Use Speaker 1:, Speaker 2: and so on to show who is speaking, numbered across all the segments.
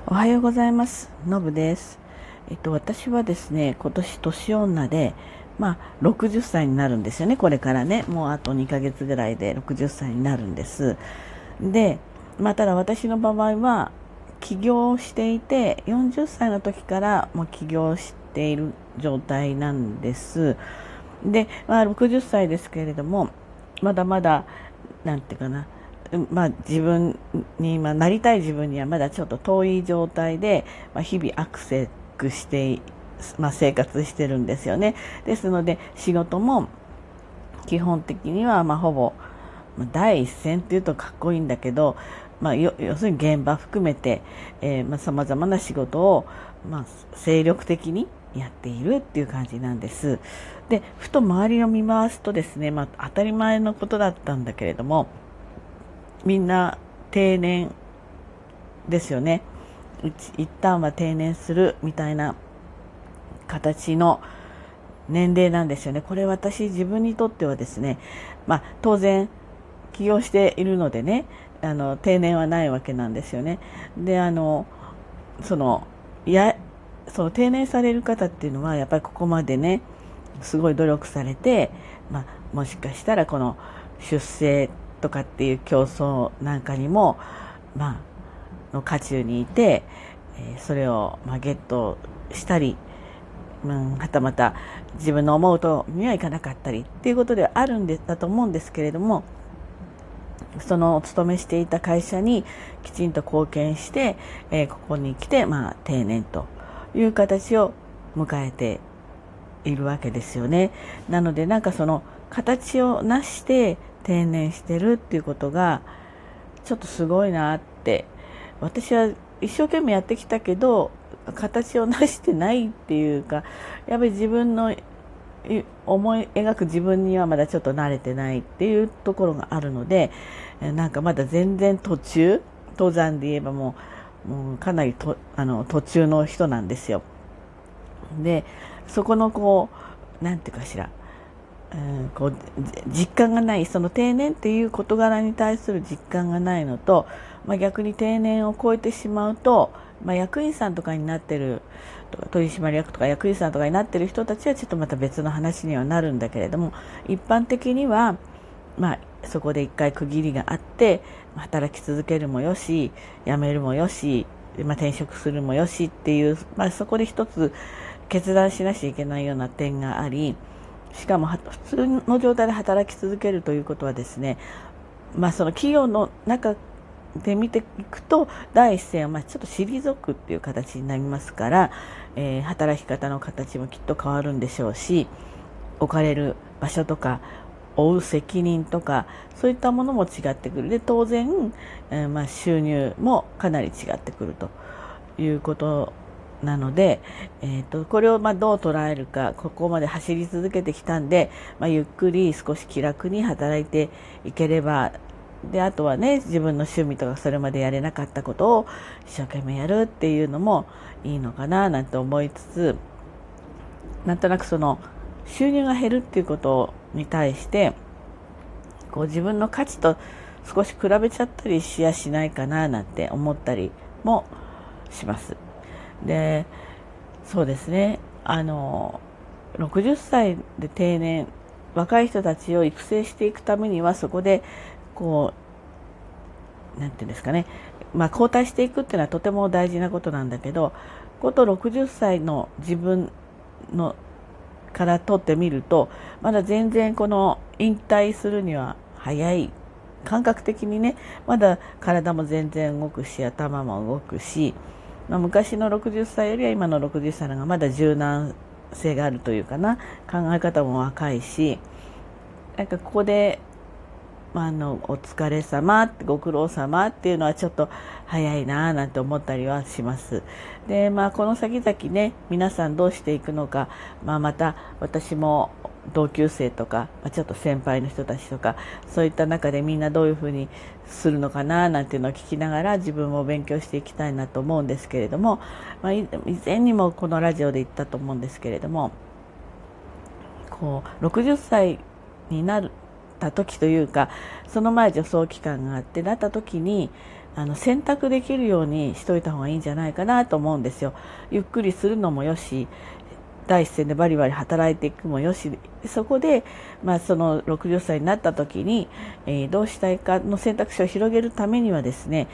Speaker 1: おはようございます。のぶです。私はですね、今年年女で、60歳になるんですよね。これからね、もうあと2ヶ月ぐらいで60歳になるんです。で、ただ私の場合は、起業していて、40歳の時からもう起業している状態なんです。で、60歳ですけれども、まだまだ、なんていうかな、自分に、なりたい自分にはまだちょっと遠い状態で、日々アクセスして、生活してるんですよね。ですので、仕事も基本的には、ほぼ、第一線っていうとかっこいいんだけど、要するに現場含めて、様々な仕事を、精力的にやっているっていう感じなんです。で、ふと周りを見回すとですね、当たり前のことだったんだけれども、みんな定年ですよね。一旦は定年するみたいな形の年齢なんですよね。これ私自分にとってはですね、当然起業しているのでね、定年はないわけなんですよね。で、その、いや、その定年される方っていうのはやっぱりここまでね、すごい努力されて、もしかしたらこの出世とかっていう競争なんかにも、の渦中にいて、それをゲットしたり、はたまた自分の思うとにはいかなかったりっていうことではあるんだと思うんですけれども、そのお勤めしていた会社にきちんと貢献して、ここに来て、定年という形を迎えているわけですよね。なのでその形をなして定年してるっていうことがちょっとすごいなって、私は一生懸命やってきたけど形をなしてないっていうか、やっぱり自分の思い描く自分にはまだちょっと慣れてないっていうところがあるので、まだ全然登山で言えばもうかなり途中の人なんですよ。で、そこのなんていうかしら、実感がない、その定年っていう事柄に対する実感がないのと、逆に定年を超えてしまうと、役員さんとかになってる取締役とか役員さんとかになってる人たちはちょっとまた別の話にはなるんだけれども、一般的にはそこで一回区切りがあって、働き続けるもよし、辞めるもよし、転職するもよしっていう、そこで一つ決断しなきゃいけないような点があり、しかも普通の状態で働き続けるということはですね、その企業の中で見ていくと第一線はちょっと退くっていう形になりますから、働き方の形もきっと変わるんでしょうし、置かれる場所とか負う責任とかそういったものも違ってくる。で当然、収入もかなり違ってくるということなので、これをどう捉えるか、ここまで走り続けてきたんで、ゆっくり少し気楽に働いていければ、であとはね、自分の趣味とかそれまでやれなかったことを一生懸命やるっていうのもいいのかななんて思いつつ、なんとなくその収入が減るっていうことに対して自分の価値と少し比べちゃったりしやしないかななんて思ったりもします。で、そうですね、60歳で定年、若い人たちを育成していくためには、そこでなんていうんですかね、交代していくっていうのはとても大事なことなんだけど、こと60歳の自分のからとってみると、まだ全然この引退するには早い、感覚的にね、まだ体も全然動くし、頭も動くし、昔の60歳よりは今の60歳の方がまだ柔軟性があるというかな、考え方も若いし、ここで、お疲れ様、ご苦労様っていうのはちょっと早いなぁなんて思ったりはします。で、この先々ね、皆さんどうしていくのか、また私も同級生とか、ちょっと先輩の人たちとか、そういった中でみんなどういうふうにするのかななんていうのを聞きながら自分も勉強していきたいなと思うんですけれども、以前にもこのラジオで言ったと思うんですけれども、60歳になった時というか、その前助走期間があってなった時に、 選択できるようにしといた方がいいんじゃないかなと思うんですよ。ゆっくりするのもよし、第一線でバリバリ働いていくもよし、そこで、その60歳になった時に、どうしたいかの選択肢を広げるためにはですね、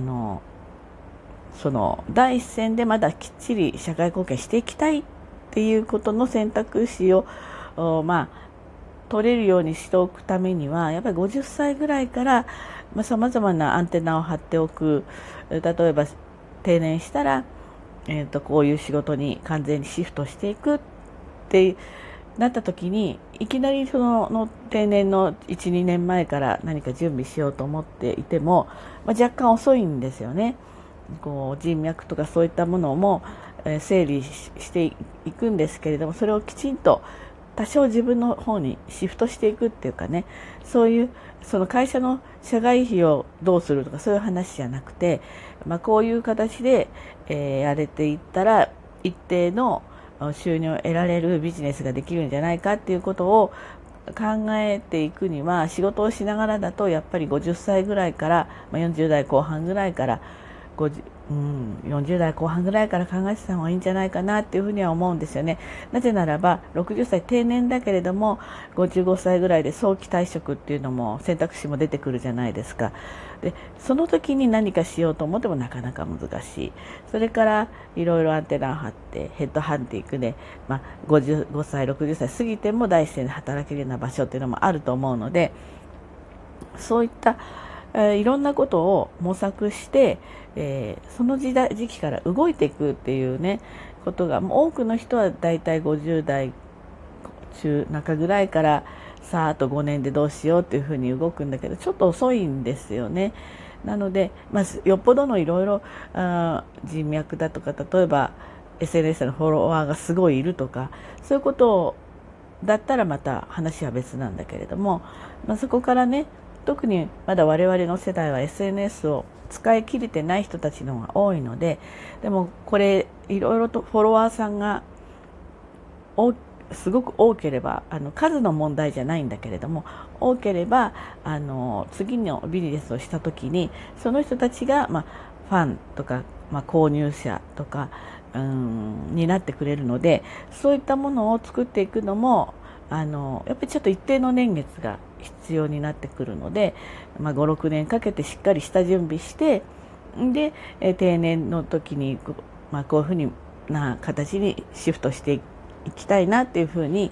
Speaker 1: その第一線でまだきっちり社会貢献していきたいっていうことの選択肢を取れるようにしておくためには、やっぱり50歳ぐらいから様々なアンテナを張っておく。例えば定年したら、こういう仕事に完全にシフトしていくってなった時に、いきなりその定年の 1,2 年前から何か準備しようと思っていても、若干遅いんですよね。こう人脈とかそういったものも整理していくんですけれども、それをきちんと多少自分の方にシフトしていくっていうかね、そういうその会社の社外費をどうするとかそういう話じゃなくて、こういう形で、やれていったら一定の収入を得られるビジネスができるんじゃないかっていうことを考えていくには、仕事をしながらだとやっぱり50歳ぐらいから、40代後半ぐらいから40代後半ぐらいから考えてた方がいいんじゃないかなっていうふうには思うんですよね。なぜならば60歳定年だけれども55歳ぐらいで早期退職っていうのも選択肢も出てくるじゃないですか。でその時に何かしようと思ってもなかなか難しい。それからいろいろアンテナを張ってヘッドハンティングで、55歳60歳過ぎても第一線で働けるような場所っていうのもあると思うので、そういったいろんなことを模索して、その時期から動いていくっていうねことが、多くの人はだいたい50代中中ぐらいからさああと5年でどうしようっていうふうに動くんだけど、ちょっと遅いんですよね。なので、よっぽどのいろいろ人脈だとか、例えば SNS のフォロワーがすごいいるとか、そういうことだったらまた話は別なんだけれども、そこからね、特にまだ我々の世代は SNS を使い切れてない人たちの方が多いので、でもこれいろいろとフォロワーさんがすごく多ければ、数の問題じゃないんだけれども、多ければ次のビジネスをした時にその人たちが、ファンとか、購入者とかになってくれるので、そういったものを作っていくのもやっぱりちょっと一定の年月が必要になってくるので、5、6年かけてしっかり下準備して、で定年の時にこういうふうな形にシフトしていきたいなっていうふうに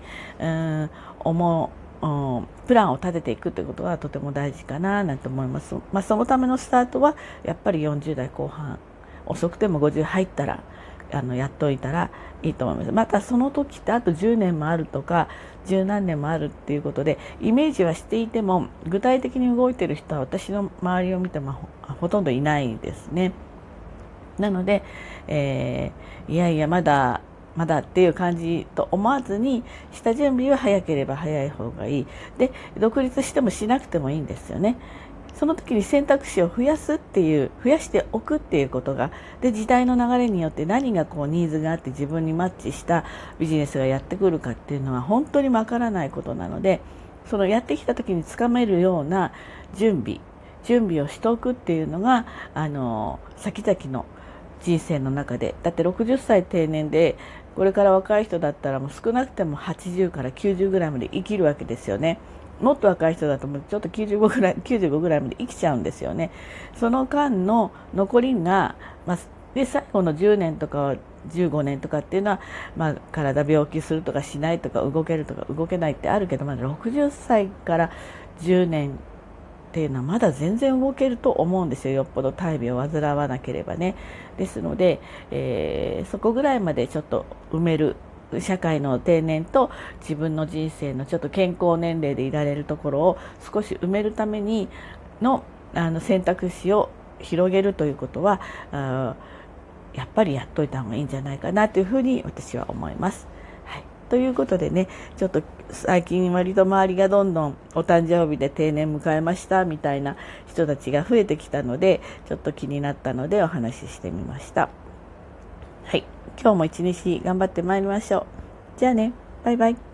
Speaker 1: プランを立てていくということがとても大事かななんて思います。そのためのスタートはやっぱり40代後半、遅くても50入ったらやっといたらいいと思います。またその時ってあと10年もあるとか十何年もあるっていうことで、イメージはしていても具体的に動いている人は私の周りを見てもほとんどいないですね。なので、いやいやまだっていう感じと思わずに、下準備は早ければ早い方がいい。で、独立してもしなくてもいいんですよね。その時に選択肢を増やしておくっていうことが、で時代の流れによって何がニーズがあって自分にマッチしたビジネスがやってくるかっていうのは本当にわからないことなので、そのやってきた時につかめるような準備をしておくっていうのが先々の人生の中で、だって60歳定年でこれから若い人だったらもう少なくても80から90ぐらいまで生きるわけですよね。もっと若い人だともうちょっと95ぐらいまで生きちゃうんですよね。その間の残りが、で最後の10年とか15年とかっていうのは、体病気するとかしないとか動けるとか動けないってあるけど、まだ60歳から10年っていうのはまだ全然動けると思うんですよ。よっぽど大病を患わなければね。ですので、そこぐらいまでちょっと埋める、社会の定年と自分の人生のちょっと健康年齢でいられるところを少し埋めるためにの選択肢を広げるということはやっぱりやっといた方がいいんじゃないかなというふうに私は思います。はい、ということでね、ちょっと最近割と周りがどんどんお誕生日で定年迎えましたみたいな人たちが増えてきたので、ちょっと気になったのでお話ししてみました。はい、今日も一日頑張ってまいりましょう。じゃあね、バイバイ。